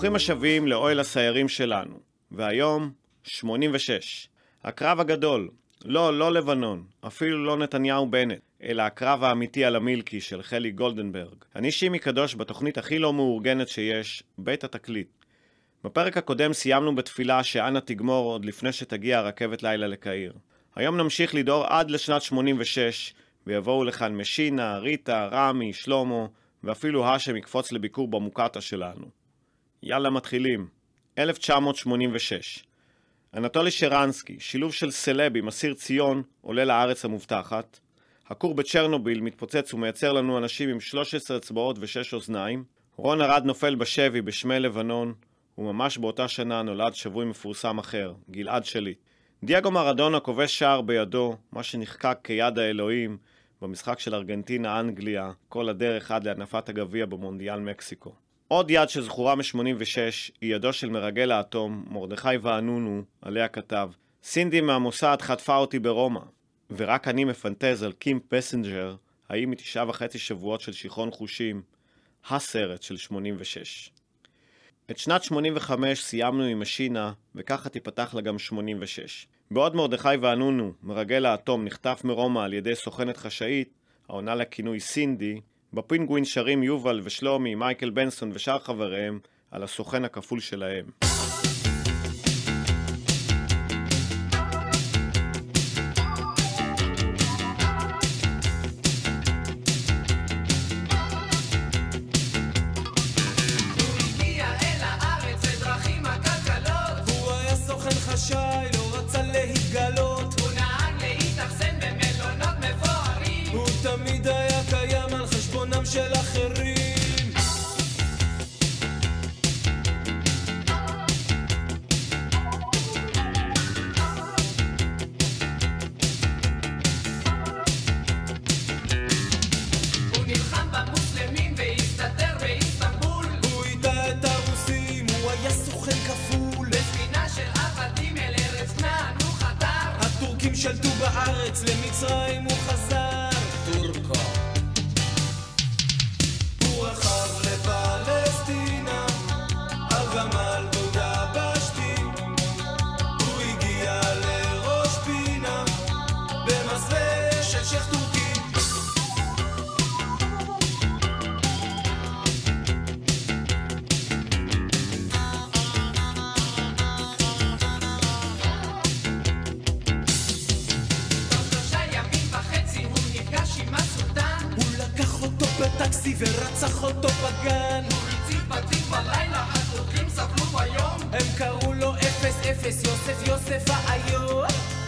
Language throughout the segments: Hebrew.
ברוכים השבים לאוהל הסיירים שלנו, והיום 86. הקרב הגדול, לא לבנון, אפילו לא נתניהו בנט, אלא הקרב האמיתי על המילקי של חלי גולדנברג. אני שימי קדוש בתוכנית הכי לא מאורגנת שיש, בית התקליט. בפרק הקודם סיימנו בתפילה שאנה תגמור עוד לפני שתגיע הרכבת לילה לקהיר. היום נמשיך לדור עד לשנת 86, ויבואו לכאן משינה, ריטה, רמי, שלמה, ואפילו השם יקפוץ לביקור במוקטה שלנו. יאללה מתחילים. 1986. אנטולי שרנסקי, שילוב של סלב עם אסיר ציון, עולה לארץ המובטחת. הכור בצ'רנוביל מתפוצץ ומייצר לנו אנשים עם 13 אצבעות ו6 אוזניים. רון ארד נופל בשבי בשמי לבנון, וממש באותה שנה נולד שבוי מפורסם אחר, גלעד שליט. דיאגו מרדונה כובש שער בידו, מה שנחקק כיד האלוהים, במשחק של ארגנטינה-אנגליה, כל הדרך עד להנפת הגביע במונדיאל מקסיקו. עוד יד שזכורה מ-86 היא ידו של מרגל האטום, מרדכי ואנונו, עליה כתב, סינדי מהמוסד חטפה אותי ברומא, ורק אני מפנטז על קים פסנג'ר, האם מ9.5 שבועות של שיכרון חושים, הסרט של 86. את שנת 85 סיימנו עם משינה, וככה תיפתח לה גם 86. בעוד מרדכי ואנונו, מרגל האטום, נחטף מרומא על ידי סוכנת חשאית, העונה לכינוי סינדי, בפינגווין שרים יובל ושלומי, מייקל בנסון ושאר חבריהם על הסוכן הכפול שלהם. של אחרים הוא נלחם במוסלמים והסתתר באיסטנבול הוא איתה את הרוסים הוא היה סוכן כפול בספינה של עבדים אל ארץ כנען הוא חתר הטורקים שלטו בארץ למצרים הוא חזר טורקו ורצח אותו בגן הוא הציב בתים בלילה הטורקים סבלו ביום הם קראו לו 0-0 יוסף האיום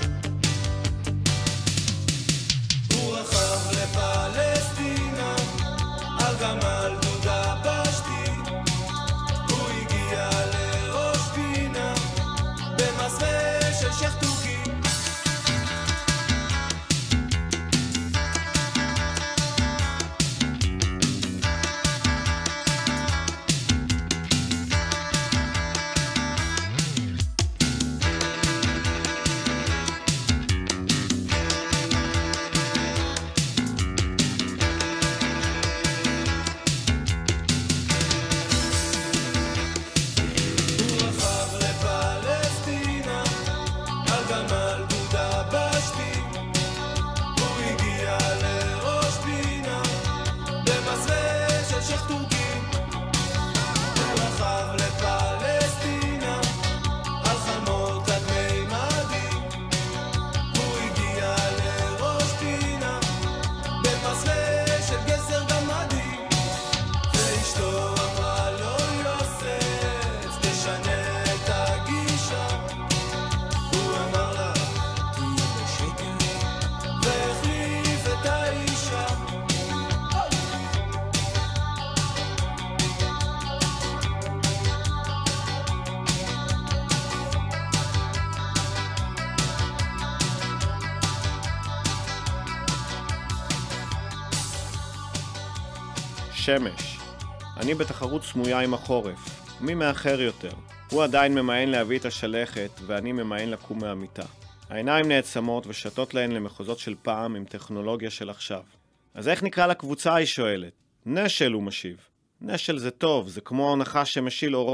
הוא רכב לפלסטינה על גמל דודה בשתי הוא הגיע לראש פינה במסווה של שייח טורקי שמש. אני בתחרות סמויה עם החורף. מי מאחר יותר? הוא עדיין ממאן להביא את השלכת, ואני ממאן לקום מהמיטה. העיניים נעצמות ושתות להן למחוזות של פעם עם טכנולוגיה של עכשיו. אז איך נקרא לקבוצה? היא שואלת. נשל, הוא משיב. נשל זה טוב, זה כמו הנחש שמשיל אורו.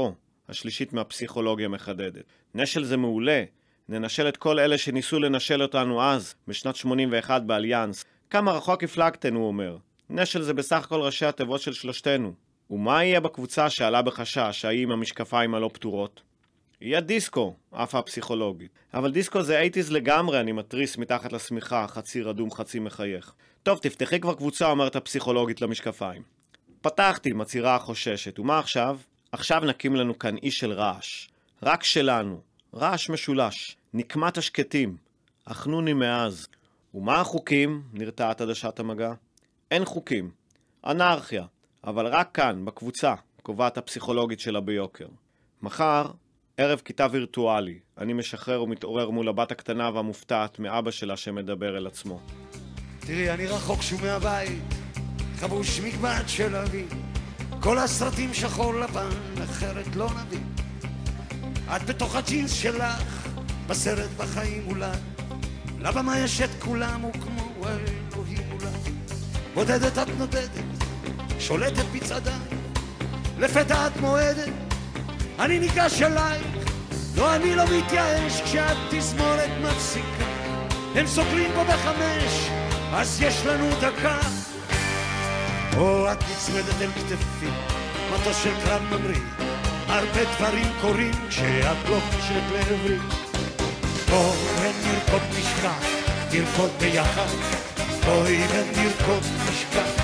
השלישית מהפסיכולוגיה מחדדת. נשל זה מעולה. ננשל את כל אלה שניסו לנשל אותנו אז, בשנת 81 באליאנס. כמה רחוק הפלגתן, הוא אומר. נשל זה בסך הכל ראשי התיבות של שלושתנו. ומה יהיה בקבוצה שעלה בחשש, ההיא עם המשקפיים הלא פתורות? יהיה דיסקו, אף הפסיכולוגית. אבל דיסקו זה 80s לגמרי, אני מטריס מתחת לשמיכה, חצי רדום, חצי מחייך. טוב, תפתחי כבר קבוצה, אומרת הפסיכולוגית למשקפיים. פתחתי, מצהירה החוששת. ומה עכשיו? עכשיו נקים לנו כאן איש של רעש. רק שלנו. רעש משולש. נקמת השקטים. אחנוני מאז. ומה החוקים? נרתעת עדשת המגע. אין חוקים. אנרכיה. אבל רק כאן, בקבוצה, קובעת הפסיכולוגית שלה ביוקר. מחר, ערב כיתה וירטואלי. אני משחרר ומתעורר מול הבת הקטנה והמופתעת מאבא שלה שמדבר אל עצמו. תראי, אני רחוק שום מהבית, חבוש מקבט של אבי, כל הסרטים שחור לבן, אחרת לא נביא. את בתוך הג'ינס שלך, בסרט בחיים אולי, לבמה יש את כולם וכמו אלוהים אולי. בודדת את נודדת, שולטת בצעדה, לפתע את מועדת, אני ניגש אלייך, לא אני לא מתייאש כשאת תזמורת מפסיקה. הם סוגרים פה ב5, אז יש לנו דקה. או את נצמדת אל כתפי, מטוס של קרב ממריא, הרבה דברים קורים כשאת לא חושבת לעברי. בואי ונרקוד משכח, נרקוד ביחד, בואי ונרקוד משכח,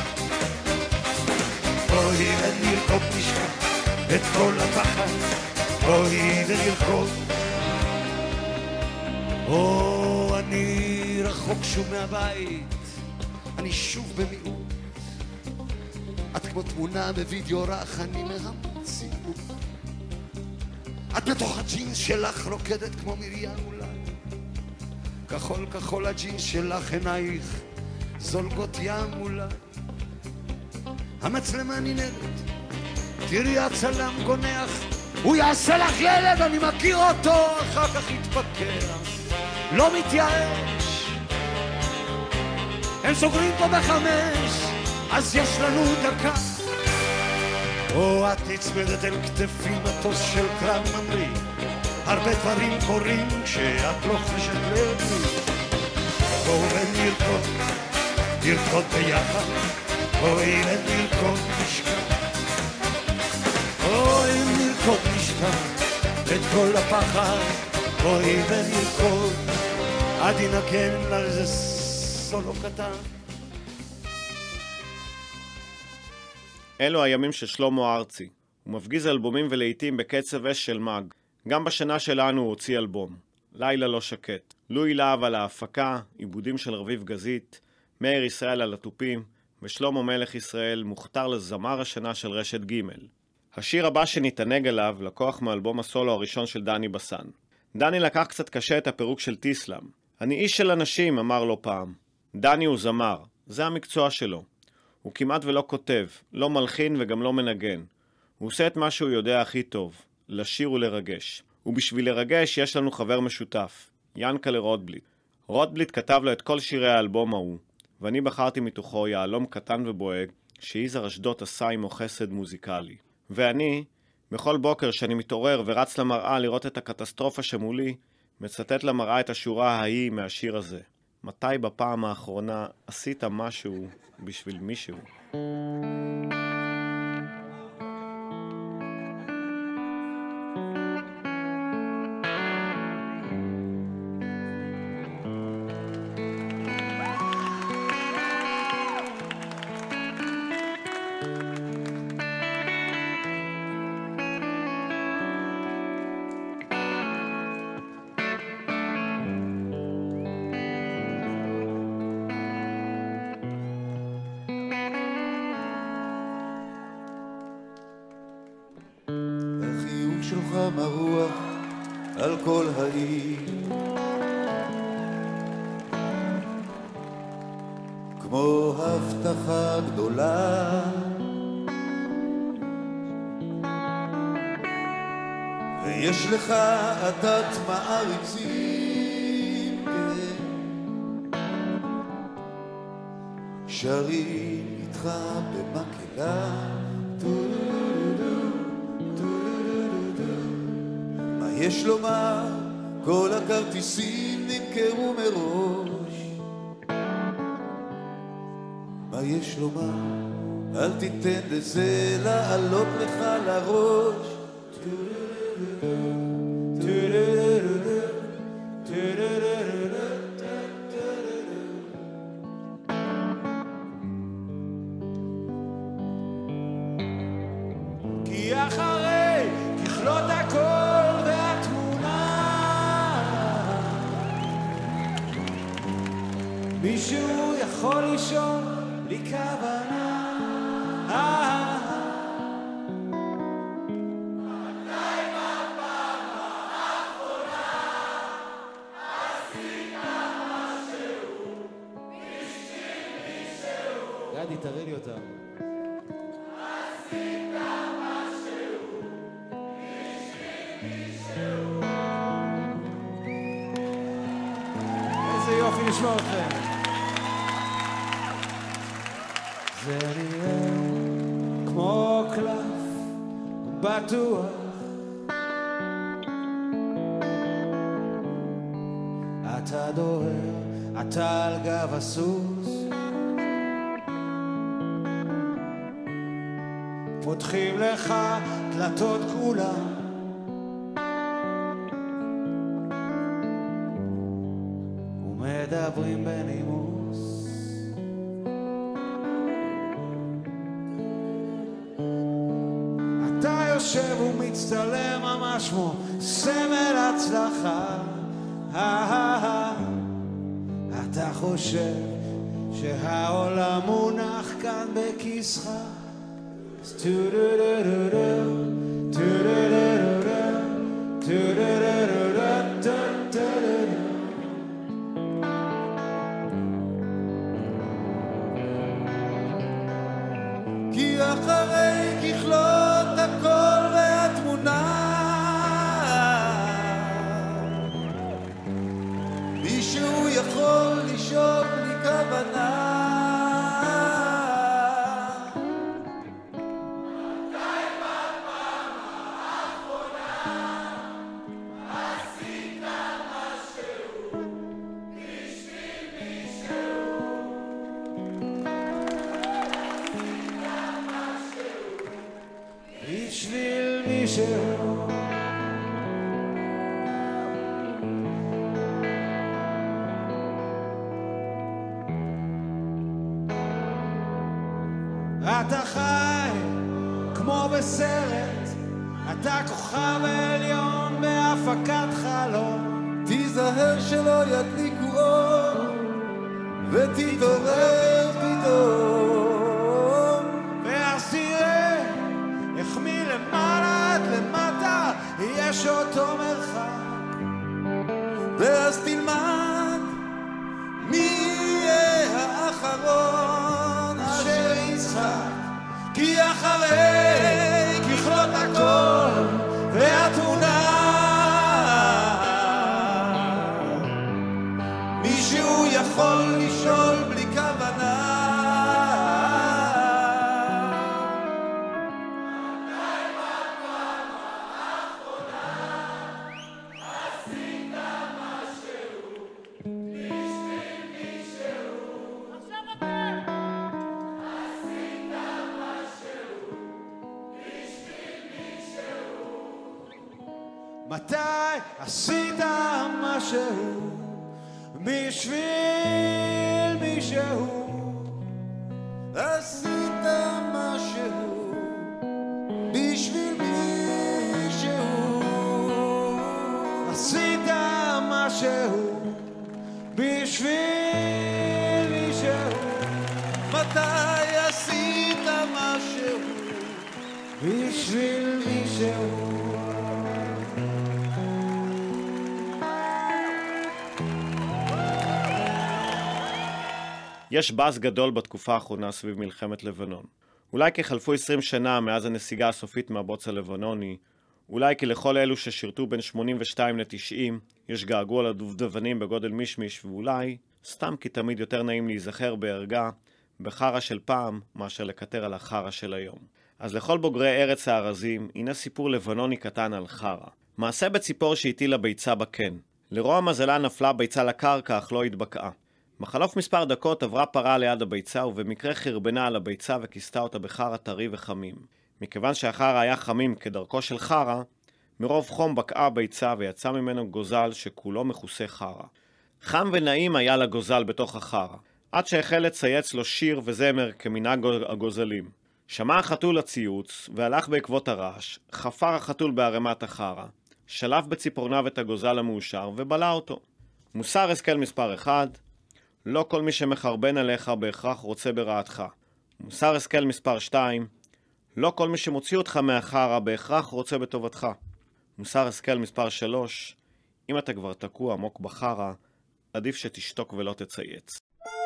בואי ונרקוד משכח את כל הפחד, בואי ונרקוד. או אני רחוק שוב מהבית, אני שוב במיעוט, את כמו תמונה בווידאו רך, אני מהמציאות. את בתוך הג'ינס שלך רוקדת כמו מרים אולי, כחול כחול הג'ינס שלך, עינייך זולגות ים אולי. המצלמה ננדת, תראי הצלם גונח, הוא יעשה לך ילד, אני מכיר אותו, אחר כך יתפקר, לא מתייאש. הם סוגרים פה ב5, אז יש לנו דקה. או את נצמדת אל כתפי, מטוס של קרב ממריא, הרבה דברים קורים כשאת לא חושבת לעברי. בואו ונרקוד, נרקוד ביחד, בואי ונרקוד משכח, בואי נרקוד משכח את כל הפחד, בואי ונרקוד עד ינגן על זה סולו קטן. אלו הימים של שלמה ארצי. הוא מפגיז אלבומים ולעיתים בקצב אש של מג. גם בשנה שלנו הוא הוציא אלבום. לילה לא שקט. לואי להב על ההפקה, עיבודים של רביב גזית, מאיר ישראל על התופים, ושלמה מלך ישראל מוכתר לזמר השנה של רשת ג'. השיר הבא שנתענג עליו לקוח מאלבום הסולו הראשון של דני בסן. דני לקח קצת קשה את הפירוק של טיסלאם. אני איש של אנשים, אמר לו פעם. דני הוא זמר, זה המקצוע שלו. הוא כמעט ולא כותב, לא מלחין וגם לא מנגן. הוא עושה את מה שהוא יודע הכי טוב, לשיר ולרגש. ובשביל לרגש יש לנו חבר משותף, ינקלה רוטבליט. רוטבליט כתב לו את כל שירי האלבום ההוא, ואני בחרתי מתוכו יעלום קטן ובועג, שיזהר אשדות עשה עמו חסד מוזיקלי. ואני, בכל בוקר שאני מתעורר ורץ למראה לראות את הקטסטרופה שמולי, מצטט למראה את השורה ההיא מהשיר הזה. מתי בפעם האחרונה עשית משהו בשביל מישהו? שלך מרוח על כל העיר, כמו הבטחה גדולה, ויש לך עדת מעריצים, שרים איתך במקהלה, יש לומר, כל הכרטיסים נמכרו מראש. מה יש לומר? אל תיתן לזה לעלות לך לראש. כי אחרי ככלות הכל והתמונה מישהו יכול לישון בלי כוונה. גדי, תראה לי אותם. איזה יופי לשמוע אתכם. זה נראה כמו קלף בטוח, אתה דוהר, אתה על גב הסוס, פותחים לך דלתות כולם, ומדברים בנימוס. אתה יושב ומצטלם ממש כמו סמל הצלחה. אתה חושב שהעולם מונח כאן בכיסך. כי אחרי ככלות הכל והתמונה מישהו יכול לישון בלי כוונה. בשביל מישהו אתה חי כמו בסרט, אתה כוכב עליון בהפקת חלום. תיזהר שלא ידליקו אור ותתעורר פתאום. ואז תראה איך מלמעלה עד למטה יש אותו מרחק, ואז תלמד מי יהיה האחרון אשר יצחק. כי אחרי ככלות הכל והתמונה מישהו יכול לשאול בלי כוונה. מתי עשית משהו בשביל מישהו? עשית משהו בשביל מישהו. עשית משהו בשביל מישהו? מתי עשית משהו בשביל מישהו? יש באז גדול בתקופה האחרונה סביב מלחמת לבנון. אולי כי חלפו 20 שנה מאז הנסיגה הסופית מהבוץ הלבנוני, אולי כי לכל אלו ששירתו בין 82 ל-90 יש געגוע לדובדבנים בגודל מישמיש, ואולי סתם כי תמיד יותר נעים להיזכר בערגה בחרה של פעם מאשר לקטר על החרה של היום. אז לכל בוגרי ארץ הארזים, הנה סיפור לבנוני קטן על חרה. מעשה בציפור שהטילה ביצה בקן. לרוע מזלה נפלה ביצה לקרקע אך לא התבקעה. בחלוף מספר דקות עברה פרה ליד הביצה ובמקרה חרבנה על הביצה וכיסתה אותה בחרא טרי וחמים. מכיוון שהחרא היה חמים כדרכו של חרא, מרוב חום בקעה הביצה ויצא ממנו גוזל שכולו מכוסה חרא. חם ונעים היה לגוזל בתוך החרא, עד שהחל לצייץ לו שיר וזמר כמנהג הגוזלים. שמע החתול הציוץ והלך בעקבות הרעש, חפר החתול בערימת החרא, שלף בציפורניו את הגוזל המאושר ובלע אותו. מוסר השכל מספר 1, לא כל מי שמחרבן עליך בהכרח רוצה ברעתך. מוסר השכל מספר 2, לא כל מי שמוציא אותך מהחרא בהכרח רוצה בטובתך. מוסר השכל מספר 3, אם אתה כבר תקוע עמוק בחרא, עדיף שתשתוק ולא תצייץ.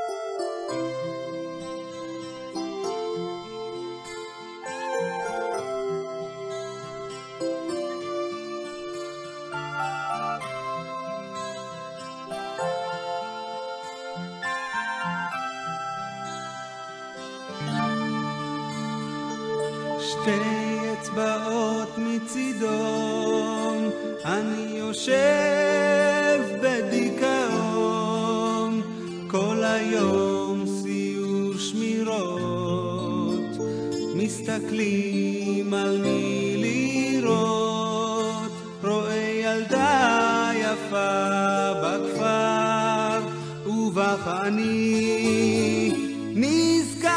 שתי אצבעות מצידון, אני יושב בדיכאון, כל היום סיור שמירות, מסתכלים על מי לראות, רואה ילדה יפה בכפר, ובך אני נזכר,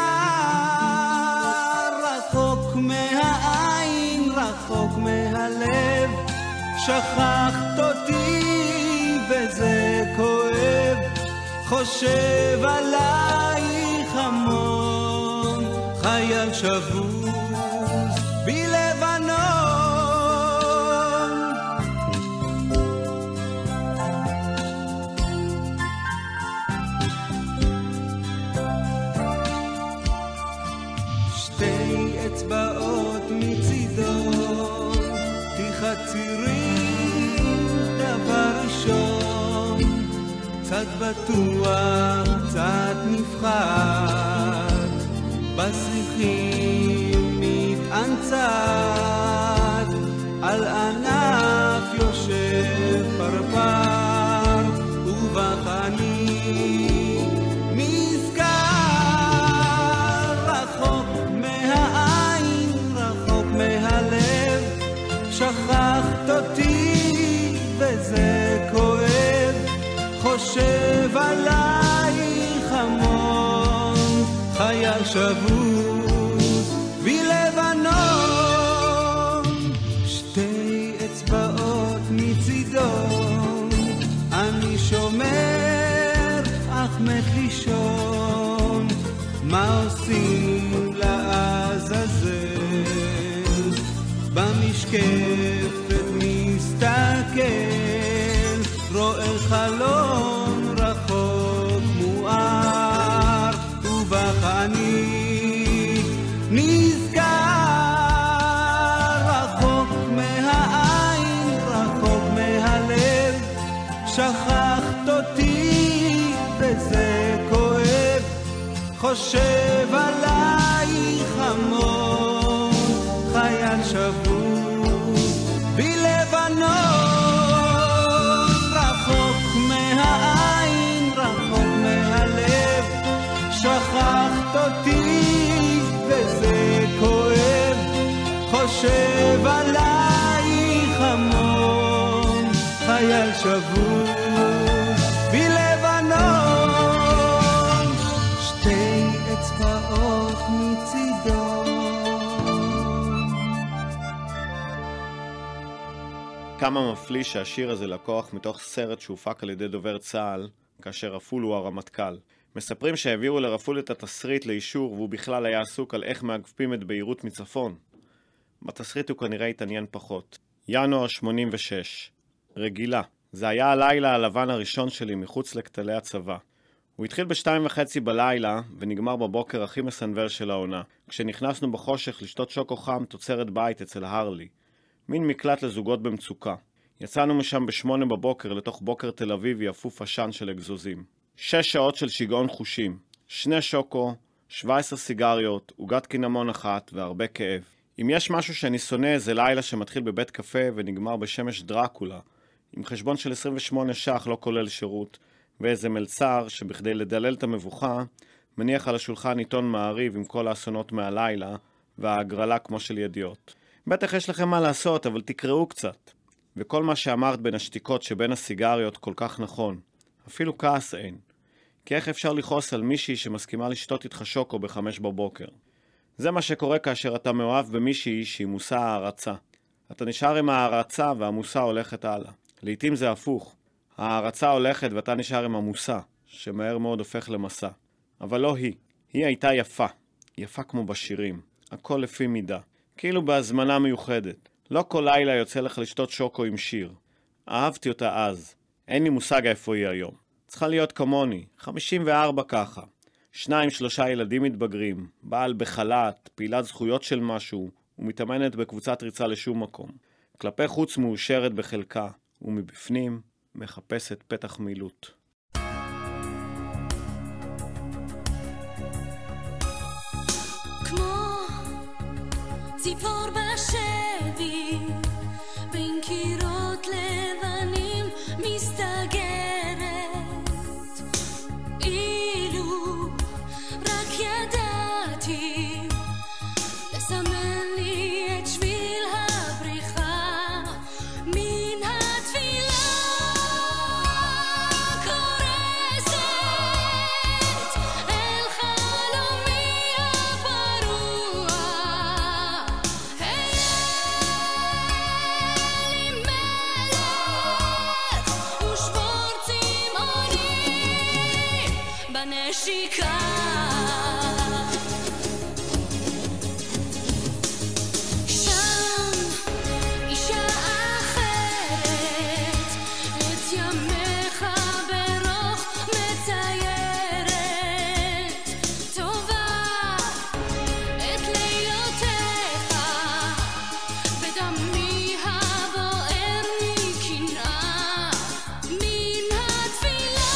רחוק מהעין, רחוק מהלב, שכחת אותי וזה כואב, חושב עלייך המון, חייל שבוז בלבנון. שתי אצבעות מצידון, תחצירים דבר ראשון, קצת בטוח, קצת נפחד, בשיחים מתאנצת, על ענף יושב פרפר, ובך אני נזכר, רחוק מהעין, רחוק מהלב, שכחת אותי וזה כואב, חושב עלייך המון, חייל שבוז בלבנון. שתי אצבעות מצידון, אני שומר אך מת לישון, מה עושים לעזאזל, במשקפת מסתכל, רואה חלון רחוק מואר, ובך אני נזכר, רחוק מהעין, רחוק מהלב, שכחת אותי וזה כואב, חושב עלייך המון, חייל שבוז בלבנון. מהעין, רחוק מהלב, שכחת אותי וזה כואב, חושב עלייך המון, חייל שבוז בלבנון. שתי אצבעות מצידון. כמה מפליא שהשיר הזה לקוח מתוך סרט שהופק על ידי דובר צה"ל, כאשר רפול הוא הרמטכ"ל. מספרים שהעבירו לרפול את התסריט לאישור והוא בכלל היה עסוק על איך מאגפים את ביירות מצפון. בתסריט הוא כנראה התעניין פחות. ינואר 86. רגילה. זה היה הלילה הלבן הראשון שלי מחוץ לכתלי הצבא. הוא התחיל ב2:30 בלילה ונגמר בבוקר הכי מסנבר של העונה, כשנכנסנו בחושך לשתות שוקו חם תוצרת בית אצל הרלי. מין מקלט לזוגות במצוקה. יצאנו משם ב8 בבוקר לתוך בוקר תל אביבי אפוף עשן של אגזוזים. 6 שעות של שיגעון חושים. 2 שוקו, 17 סיגריות, עוגת קינמון אחת והרבה כאב. אם יש משהו שאני שונא, זה לילה שמתחיל בבית קפה ונגמר בשמש דרקולה, עם חשבון של 28 שח לא כולל שירות, ואיזה מלצר שבכדי לדלל את המבוכה, מניח על השולחן עיתון מעריב עם כל האסונות מהלילה, וההגרלה כמו של ידיעות. בטח יש לכם מה לעשות, אבל תקראו קצת. וכל מה שאמרת בין השתיקות שבין הסיגריות כל כך נכון. אפילו כעס אין. כי איך אפשר לכעוס על מישהי שמסכימה לשתות איתך שוקו ב5 בבוקר? זה מה שקורה כאשר אתה מאוהב במישהי שהיא מושא הערצה. אתה נשאר עם הערצה והמושא הולכת הלאה. לעתים זה הפוך. הערצה הולכת ואתה נשאר עם המושא, שמהר מאוד הופך למסע. אבל לא היא. היא הייתה יפה. יפה כמו בשירים. הכל לפי מידה. כאילו בהזמנה מיוחדת. לא כל לילה יוצא לך לשתות שוקו עם שיר. אהבתי אותה אז. אין לי מושג איפה היא היום. צריכה להיות כמוני. 54 ככה. 2-3 ילדים מתבגרים. בעל בחל"ת, פעילת זכויות של משהו, ומתאמנת בקבוצת ריצה לשום מקום. כלפי חוץ מאושרת בחלקה, ומבפנים מחפשת פתח מילוט. ציפור בשבי בין קירות לבנים מסתגרת אילו רק ידעתי לסמן לי את שביל הבריחה מן התפילה קורסת אל חלומי הפרוע בנשיקה שם אישה אחרת את ימיך ברוך מציירת טובה את לילותיך בדמי הבוער מקנאה מן התפילה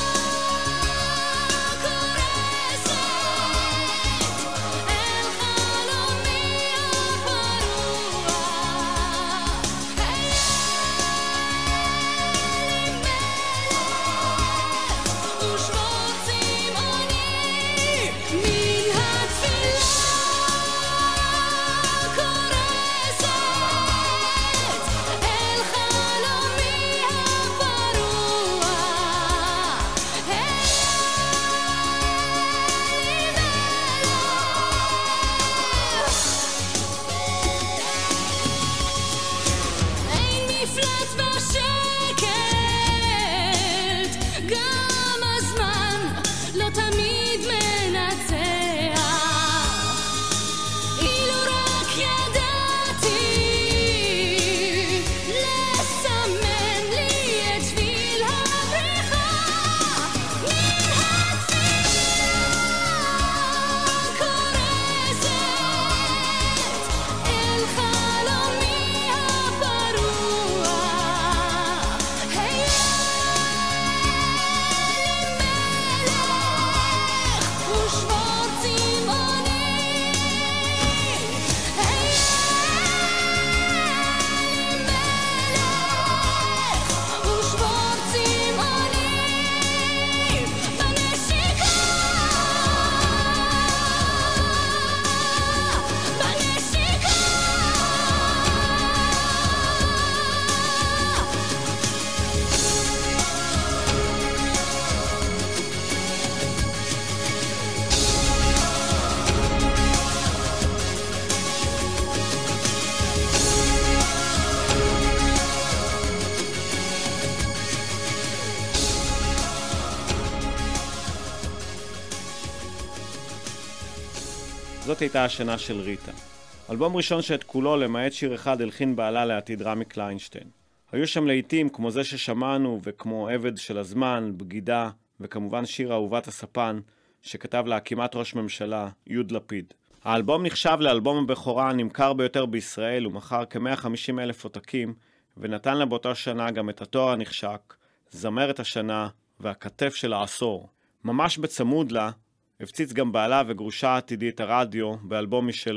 זאת הייתה השנה של ריטה. אלבום ראשון שאת כולו, למעט שיר אחד, הלחין בעלה לעתיד רמי קליינשטיין. היו שם לעיתים כמו זה ששמענו, וכמו עבד של הזמן, בגידה, וכמובן שיר אהובת הספן, שכתב לה כמעט ראש ממשלה, יוד לפיד. האלבום נחשב לאלבום הבכורה הנמכר ביותר בישראל, ומכר כ-150,000 עותקים, ונתן לה באותה שנה גם את התואר הנחשק, זמרת השנה והכתף של העשור. ממש בצמוד לה, הפציץ גם בעלה וגרושה עתידית הרדיו באלבום משלו.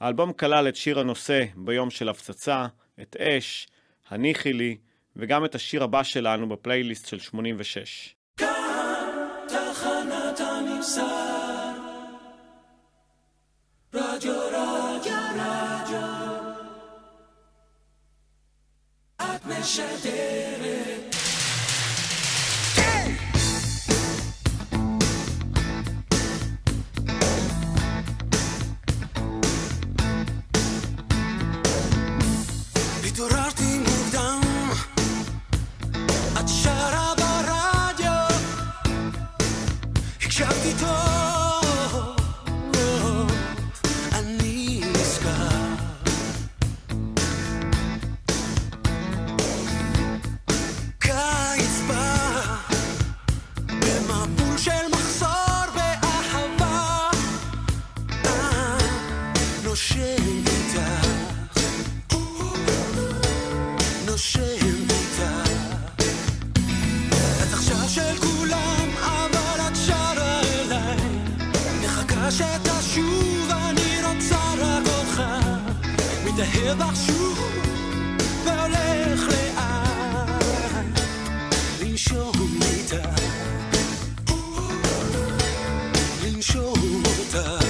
האלבום כלל את שיר הנושא ביום של הפצצה, את אש, הניחי לי, וגם את השיר הבא שלנו בפלייליסט של 86. תחנת הממסר רדיו רדיו רדיו את משדרת התעוררתי מוקדם את שרה ברדיו הקשבתי טוב אני נזכר קיץ בא במבול של מחסור באהבה נושם איתך נושם איתך את עכשיו של כולם אבל את שרה אליי מחכה שתשוב אני רוצה רק אותך מתאהב בך שוב והולך לאט לנשום איתך לנשום אותך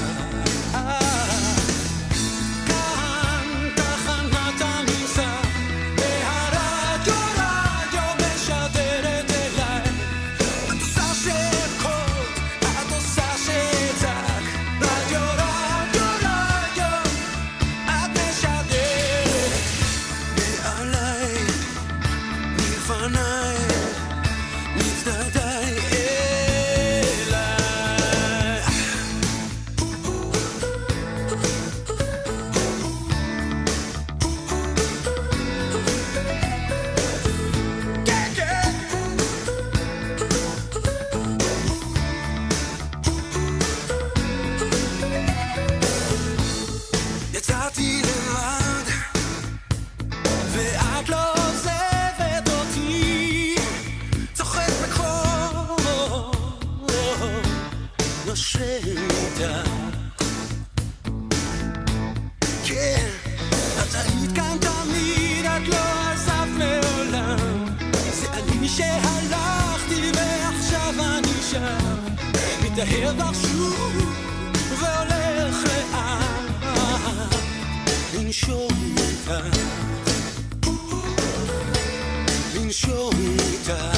שהלכתי ועכשיו אני שם מתאהב בך שוב והולך לאט לנשום איתך לנשום איתך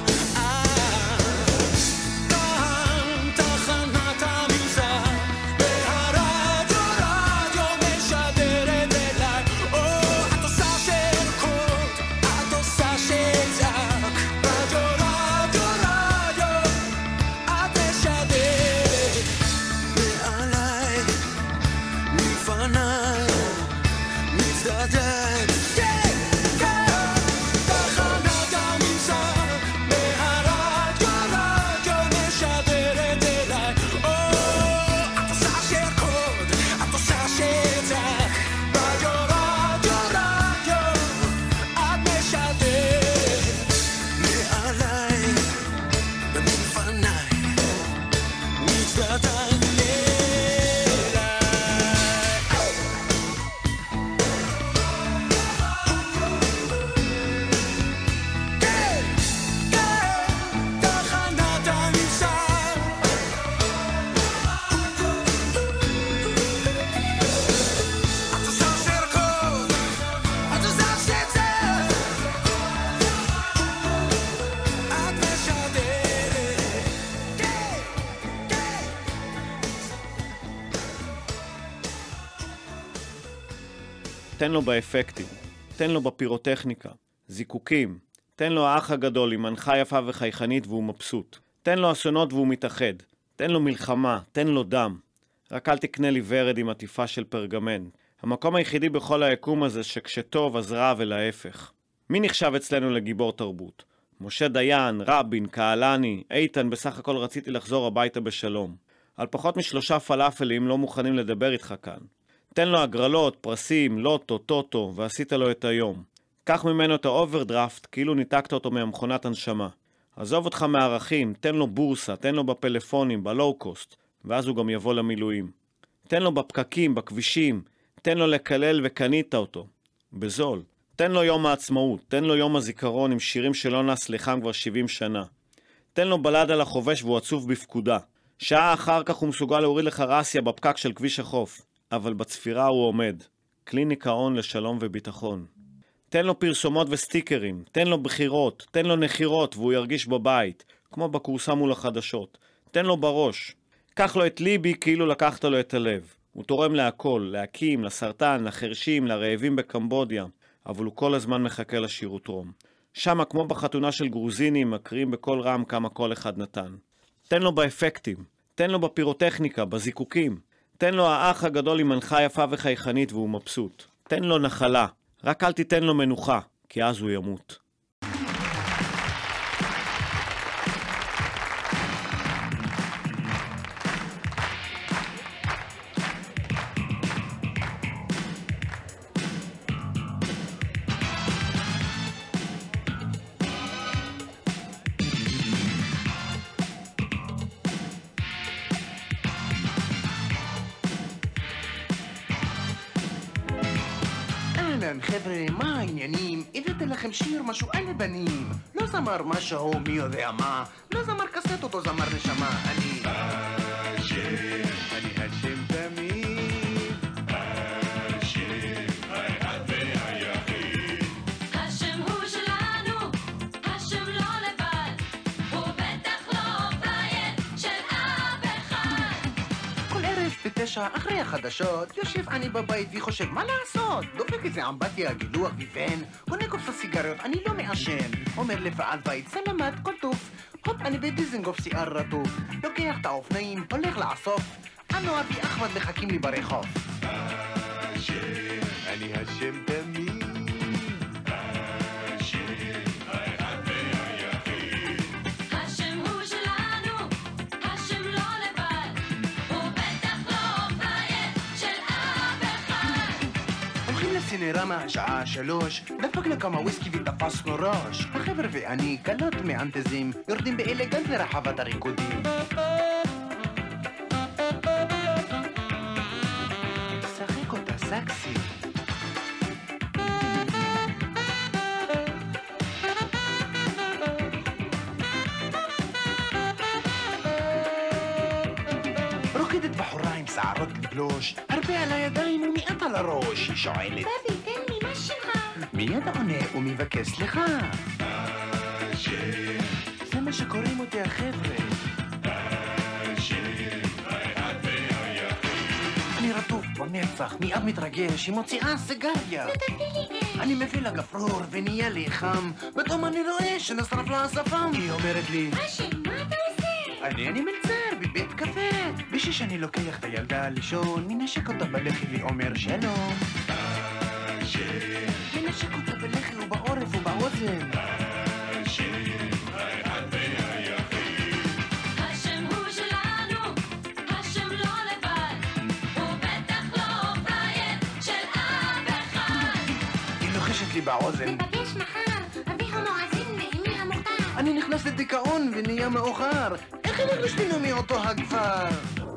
תן לו באפקטים, תן לו בפירוטכניקה, זיקוקים, תן לו האח הגדול עם מנחה יפה וחייכנית והוא מבסוט, תן לו אסונות והוא מתאחד, תן לו מלחמה, תן לו דם. רק אל תקנה לי ורד עם עטיפה של פרגמנט. המקום היחידי בכל היקום הזה שכשטוב אז רע ולהפך. מי נחשב אצלנו לגיבור תרבות? משה דיין, רבין, קהלני, איתן, בסך הכל רציתי לחזור הביתה בשלום. על פחות מ3 פלאפלים לא מוכנים לדבר איתך כאן. תן לו הגרלות, פרסים, לוטו, טוטו, ועשית לו את היום. קח ממנו את האוברדרפט, כאילו ניתקת אותו מהמכונת הנשמה. עזוב אותך מערכים, תן לו בורסה, תן לו בפלאפונים, בלואו-קוסט, ואז הוא גם יבוא למילואים. תן לו בפקקים, בכבישים, תן לו לקלל וקנית אותו. בזול. תן לו יום העצמאות, תן לו יום הזיכרון עם שירים שלא נס לחם כבר 70 שנה. תן לו בלד על החובש והוא עצוב בפקודה. שעה אחר כך הוא מסוגל להוריד לך רסיה בפקק של כביש החוף. אבל בצפירה הוא עומד. קליניקה הון לשלום וביטחון. תן לו פרסומות וסטיקרים, תן לו בחירות, תן לו נחירות והוא ירגיש בבית, כמו בקורסה מול החדשות. תן לו בראש. קח לו את ליבי כאילו לקחת לו את הלב. הוא תורם להכל, להקים, לסרטן, לחרשים, לרעבים בקמבודיה, אבל הוא כל הזמן מחכה לשירות רום. שמה כמו בחתונה של גרוזינים מקריאים בכל רם כמה כל אחד נתן. תן לו באפקטים, תן לו בפירוטכניקה, בזיקוקים. תן לו האח הגדול עם מנחה יפה וחייכנית והוא מבסוט. תן לו נחלה, רק אל תיתן לו מנוחה, כי אז הוא ימות. חבר'ה, מה העניינים? הבאתי לכם שיר משהו על בנים. לא זמר משהו מי יודע מה, לא זמר קסטות או זמר נשמה. אני השם תמיד, השם האחד והיחיד. השם הוא שלנו, השם לא לבד, הוא בטח לא בית של אף אחד. כל ערב ב9 אחרי החדשות יושב אני בבית וחושב מה לעשות. דופק איזה אמבטיה, גילוח ויבן, קונה קופסה סיגריות, אני לא מעשן. אומר לבעל בית, סלמת, כל טוב. הופ, אני בדיזנגוף שיער רטוב. לוקח את האופניים, הולך לאסוף. אנו אבי אחמד מחכים לי ברחוב. אני השם תמיד, השם הוא שלנו, השם לא לבד, הוא בטח לא בית של אף אחד. הולכים לסינרמה שעה 3, דפקנו כמה וויסקי ותפסנו ראש. החבר ואני קלות מאנטזים, יורדים באלגנט לרחבת הריקודים. שחק אותה סקסי. רוקדת בחורה עם שערות לגלוש, הרבה על הידיים ומיעט על הראש. היא שואלת, בבי, תן לי, מה שמך? מיד עונה ומבקש סליחה. זה מה שקוראים אותי החבר'ה. אני רטוב במצח, מיד מתרגש, היא מוציאה סיגריה. אני מביא לה גפרור ונהיה לי חם, פתאום אני רואה שנשרף לה השפם. היא אומרת לי, השם, מה אתה עושה? אני מלצר בבית קפה. בשביל שאני לוקח את הילדה לישון, מנשק אותה בלחי ואומר שלום. מנשק אותה בלחי ובעורף ובאוזן. השם הוא שלנו, השם לא לבד, הוא בטח לא בית של אף אחד. היא לוחשת לי באוזן. נפגש מחר, אבי המואזין ואימי המוכתר. אני נכנס לדיכאון ונהיה מאוחר. איך אנחנו שנינו מאותו הכפר?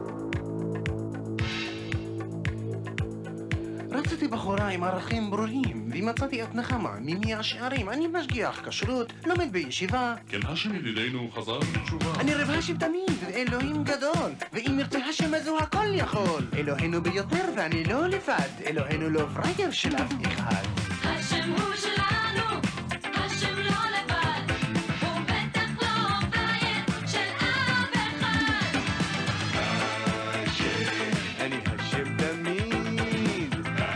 רציתי בחורה עם ערכים ברורים, ומצאתי את נחמה ממי השערים. אני משגיח כשרות, לומד בישיבה. כן, השם ידידנו חזר בתשובה. אני רב השם תמיד, אלוהים גדול, ואם ירצה השם אז הוא הכל יכול. אלוהינו ביותר ואני לא לבד, אלוהינו לא פרייר של אף אחד. השם הוא שלנו, השם לא לבד, הוא בטח לא בית של אף אחד. אני השם תמיד,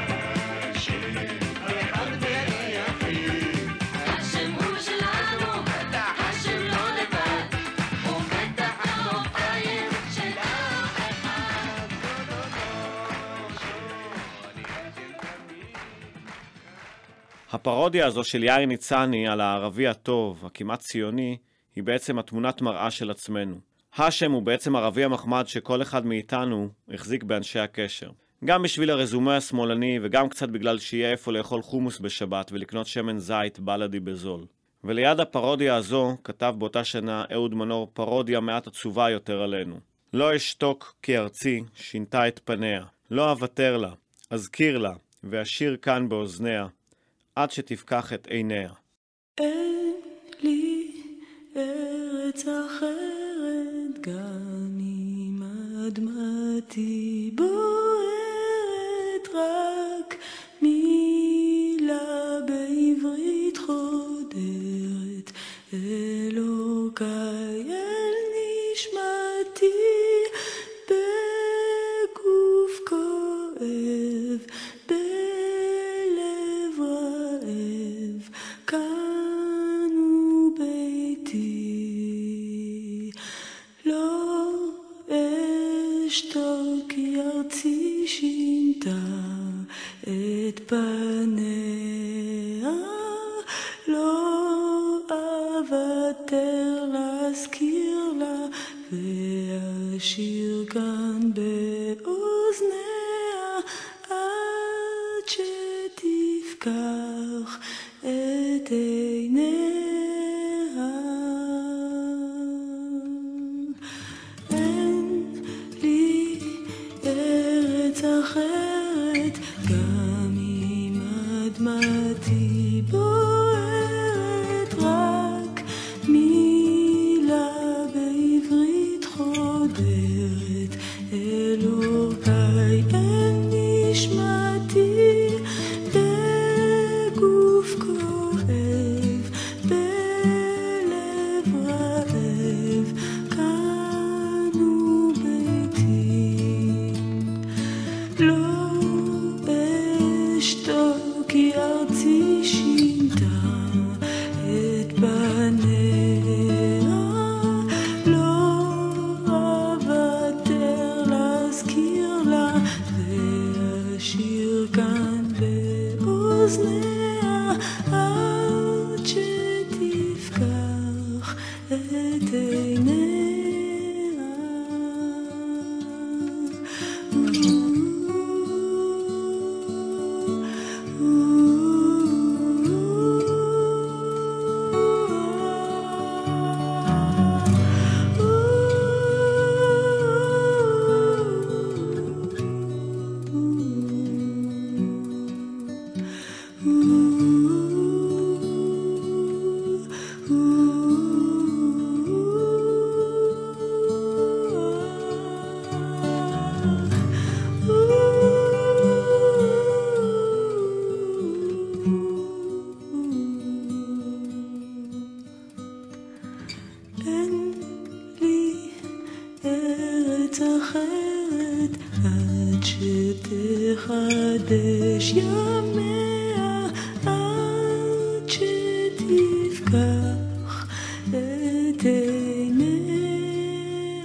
השם הוא שלנו, השם לא לבד, הוא בטח לא בית של אף אחד. הפרודיה הזו של יאיר ניצני על הערבי הטוב, הכמעט ציוני, היא בעצם התמונת מראה של עצמנו. השם הוא בעצם ערבי המחמד שכל אחד מאיתנו החזיק באנשי הקשר. גם בשביל הרזומה השמאלני וגם קצת בגלל שיהיה איפה לאכול חומוס בשבת ולקנות שמן זית בלדי בזול. וליד הפרודיה הזו כתב באותה שנה אהוד מנור פרודיה מעט עצובה יותר עלינו. לא אשתוק כי ארצי שינתה את פניה, לא אוותר לה, אזכיר לה, והשיר כאן באוזניה, עד שתפקח את עיניה. אין לי ארץ אחרת, גם אם אדמתי בוערת, רק מילה בעברית חודרת, אלוקיי אל נשמתי, בגוף כואב, בלב רעב, כאן הוא ביתי. לא אשתוק כי ארצי שינתה את פניה, לא אוותר להזכיר לה, והשיר כאן באוזניה, עד שתפקח את עיניה. אין לי ארץ אחרת, גם אם אדמתי בוערת, רק מילה בעברית חודרת, אלוקיי אל נשמתי, בגוף כואב, בלב רעב, כאן הוא ביתי. לא אשתוק כי ארצי שינתה את פניה, לא אוותר להזכיר לה, והשיר כאן באוזניה, עד שתפקח את עיניה. אין לי ארץ אחרת, עד שתחדש ימיה, עד שתפקח את עיניה.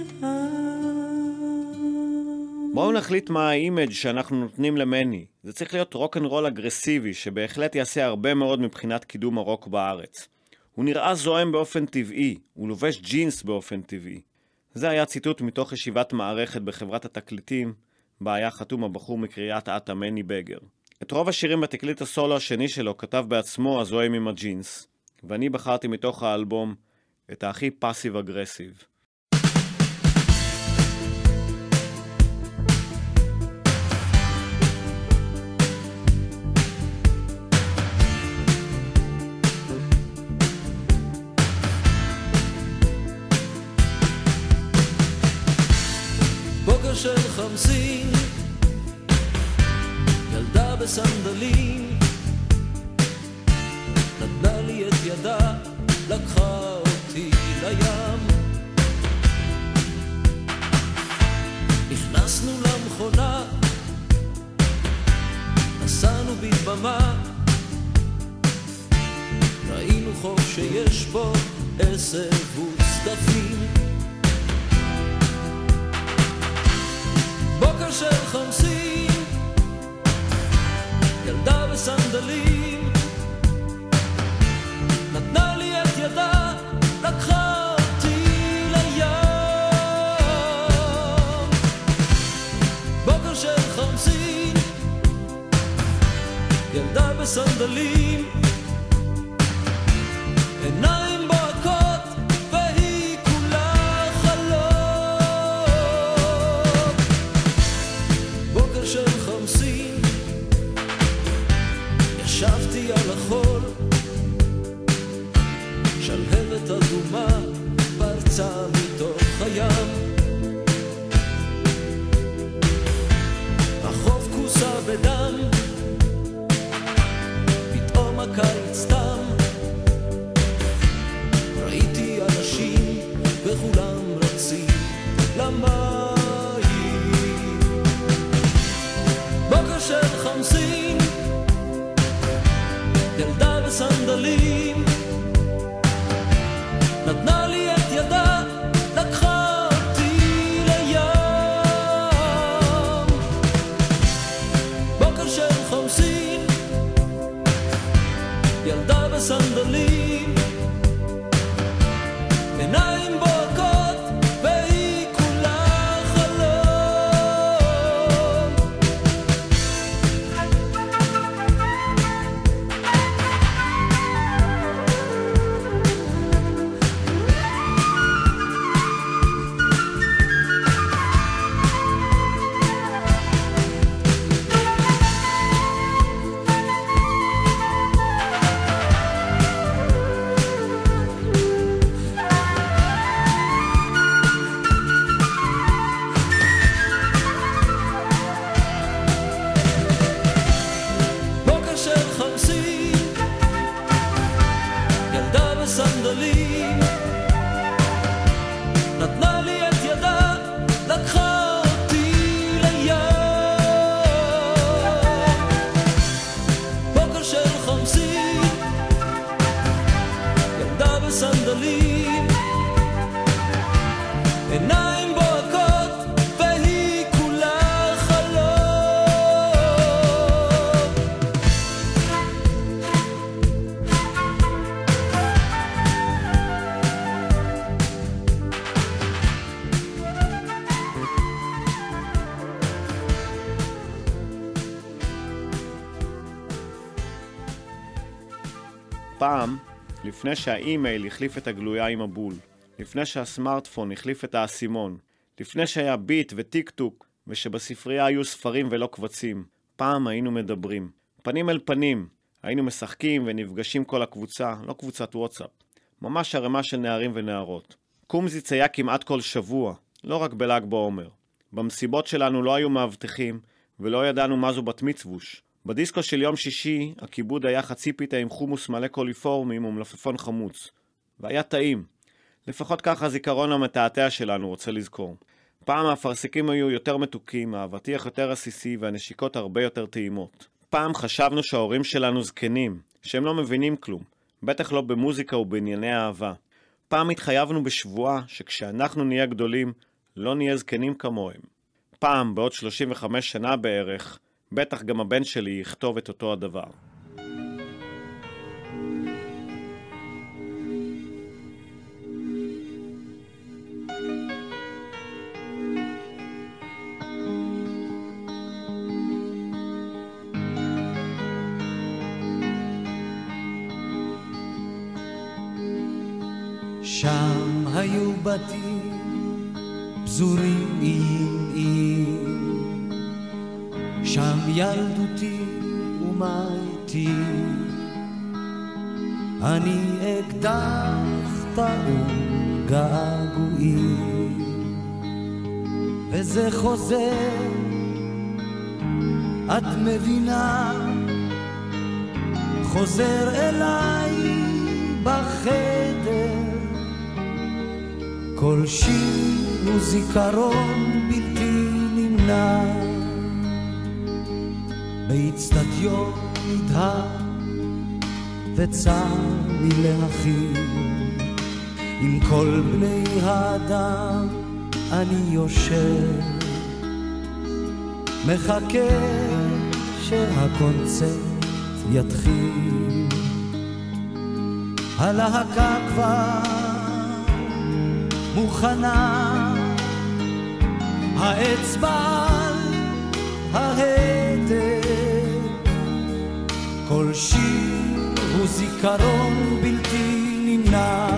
בואו נחליט מה האימג' שאנחנו נותנים למני. זה צריך להיות רוק'נ'רול אגרסיבי, שבהחלט יעשה הרבה מאוד מבחינת קידום הרוק בארץ. הוא נראה זוהם באופן טבעי, הוא לובש ג'ינס באופן טבעי. זה היה ציטוט מתוך ישיבת מערכת בחברת התקליטים, בה היה חתום הבחור מקריית אתא מני בגר. את רוב השירים בתקליט הסולו השני שלו כתב בעצמו הזוהם עם הג'ינס, ואני בחרתי מתוך האלבום את הכי פאסיב אגרסיב. בוקר של חמסין, ילדה בסנדלים, נתנה לי את ידה, לקחה אותי לים. נכנסנו למכונה, נסענו בדממה, ראינו חוף שיש בו 10 וצדפים. בוקר של חמסין, ילדה בסנדלים, נתנה לי את ידה, לקחה אותי לים. בוקר של חמסין, ילדה בסנדלים, עיניים בוהקות והיא כולה חלום. בוקר של חמסין, הים. החוף כוסה בדם, פתאום הקיץ תם. ראיתי אנשים וכולם רצים למים. בוקר של חמסין, ילדה בסנדלים, נתנה לי את ידה, לקחה אותי לים. בוקר של חמסין, ילדה בסנדלים, עיניים בוקות והיא כולה חלום. בוקר של חמסין, ילדה בסנדלים, נתנה לי את ידה, לקחה אותי לים. בוקר של חמסין, ילדה בסנדלים, עיניים בוהקות והיא כולה חלום. פעם, לפני שהאימייל החליף את הגלויה עם הבול, לפני שהסמארטפון החליף את האסימון, לפני שהיה ביט וטיק טוק, ושבספרייה היו ספרים ולא קבצים, פעם היינו מדברים. פנים אל פנים, היינו משחקים ונפגשים כל הקבוצה, לא קבוצת וואטסאפ. ממש הרמה של נערים ונערות. קומזיץ היה כמעט כל שבוע, לא רק בל"ג בעומר. במסיבות שלנו לא היו מאבטחים, ולא ידענו מה זו בת מצווש. בדיסקו של יום שישי, הכיבוד היה חצי פיתה עם חומוס מלא קוליפורמים ומלפפון חמוץ. והיה טעים. לפחות ככה הזיכרון המתעתע שלנו רוצה לזכור. פעם האפרסקים היו יותר מתוקים, האבטיח יותר עסיסי והנשיקות הרבה יותר טעימות. פעם חשבנו שההורים שלנו זקנים, שהם לא מבינים כלום, בטח לא במוזיקה ובענייני אהבה. פעם התחייבנו בשבועה שכשאנחנו נהיה גדולים, לא נהיה זקנים כמוהם. פעם, בעוד 35 שנה בערך, בטח גם הבן שלי יכתוב את אותו הדבר. שם היו בתים פזורים איים, שם ילדותי ומאיתי, אני אקדח טעון געגועים, וזה חוזר, את מבינה, חוזר אליי בחדר, כל שיר הוא זיכרון בלתי נמנע, באצטדיון נדהר וצר לי להכיר, עם כל בני האדם אני יושב, מחכה שהקונצרט יתחיל, הלהקה כבר מוכנה, האצבע על ההדק, כל שיר הוא זיכרון בלתי נמנע.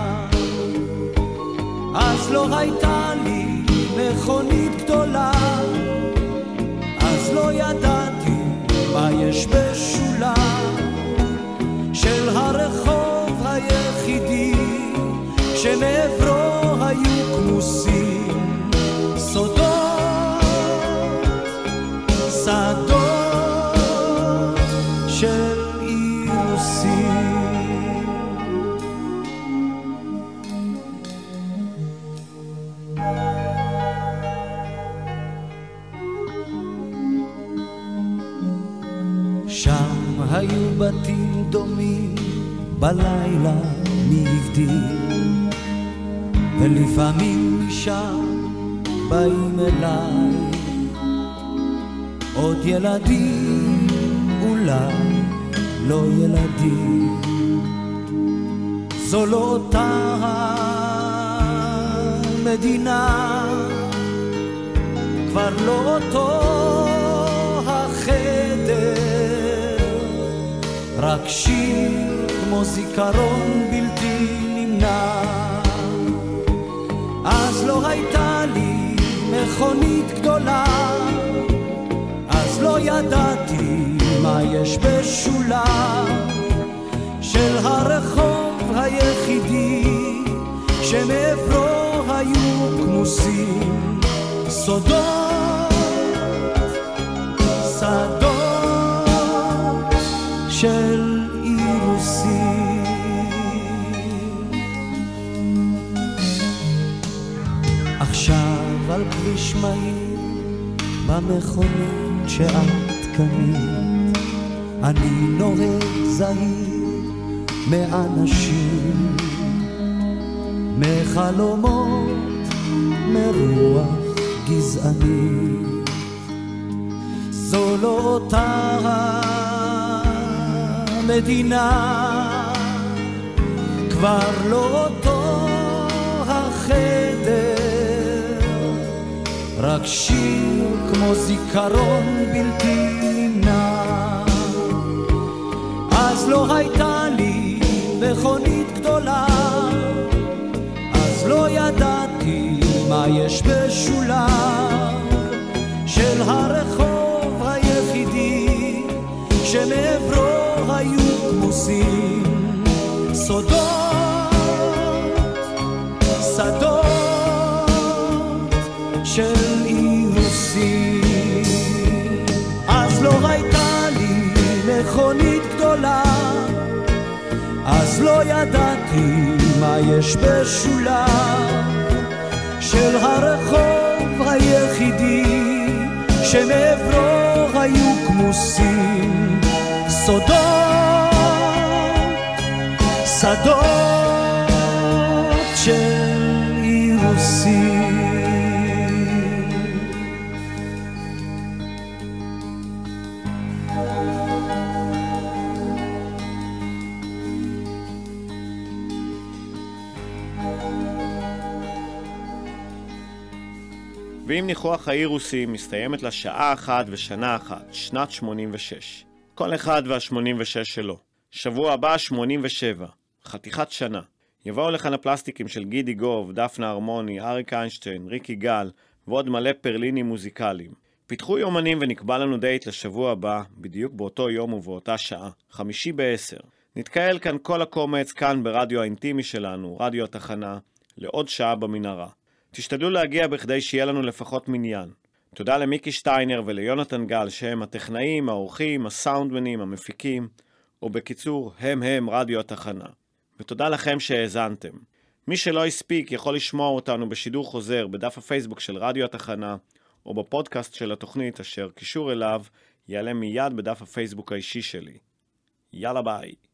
אז לא הייתה לי מכונית גדולה, אז לא ידעתי מה יש בשולה של הרחוב היחידי שמעברו היו כמוסים היו בתים דומים בלילה מי הבדיל, ולפעמים משם באים אליי עוד ילדים, אולי לא ילדים. זו לא אותה המדינה, כבר לא אותו החדר, רק שיר כמו זיכרון בלתי נמנע. אז לא הייתה לי מכונית גדולה, אז לא ידעתי מה יש בשולה של הרחוב היחידי שמעברו היו כמוסים סודות, שדות של אירוסים. עכשיו על כביש מהיר במכונית שאת קנית, אני נוהג זהיר מאנשים, מחלומות, מרוח גזעני. זו לא אותה המדינה, כבר לא אותו החדר, רק שיר כמו זיכרון בלתי נמנע. אז לא הייתה לי מכונית גדולה, אז לא ידעתי מה יש בשולה של הרחוב היחידי שמעברו היו כמוסים סודות, שדות של אירוסים. אז לא הייתה לי מכונית גדולה, אז לא ידעתי מה יש בשולה של הרחוב היחידי שמעברו היו כמוסים סודות, שדות של אירוסים. ועם ניחוח האירוסים מסתיימת לה שעה אחת ושנה אחת, שנת 86. כל אחד וה-86 שלו. שבוע הבא 87, חתיכת שנה. יבואו לכאן הפלסטיקים של גידי גוב, דפנה הרמוני, אריק איינשטיין, ריקי גל ועוד מלא פרלינים מוזיקליים. פיתחו יומנים ונקבע לנו דייט לשבוע הבא, בדיוק באותו יום ובאותה שעה, 5:50. נתקהל כאן כל הקומץ, כאן ברדיו האינטימי שלנו, רדיו התחנה, לעוד שעה במנהרה. תשתדלו להגיע בכדי שיהיה לנו לפחות מניין. תודה למיקי שטיינר וליונתן גל שהם הטכנאים, האורחים, הסאונדמנים, המפיקים, או בקיצור, הם רדיו התחנה. ותודה לכם שהאזנתם. מי שלא הספיק יכול לשמוע אותנו בשידור חוזר בדף הפייסבוק של רדיו התחנה, או בפודקאסט של התוכנית אשר קישור אליו יעלה מיד בדף הפייסבוק האישי שלי. יאללה ביי.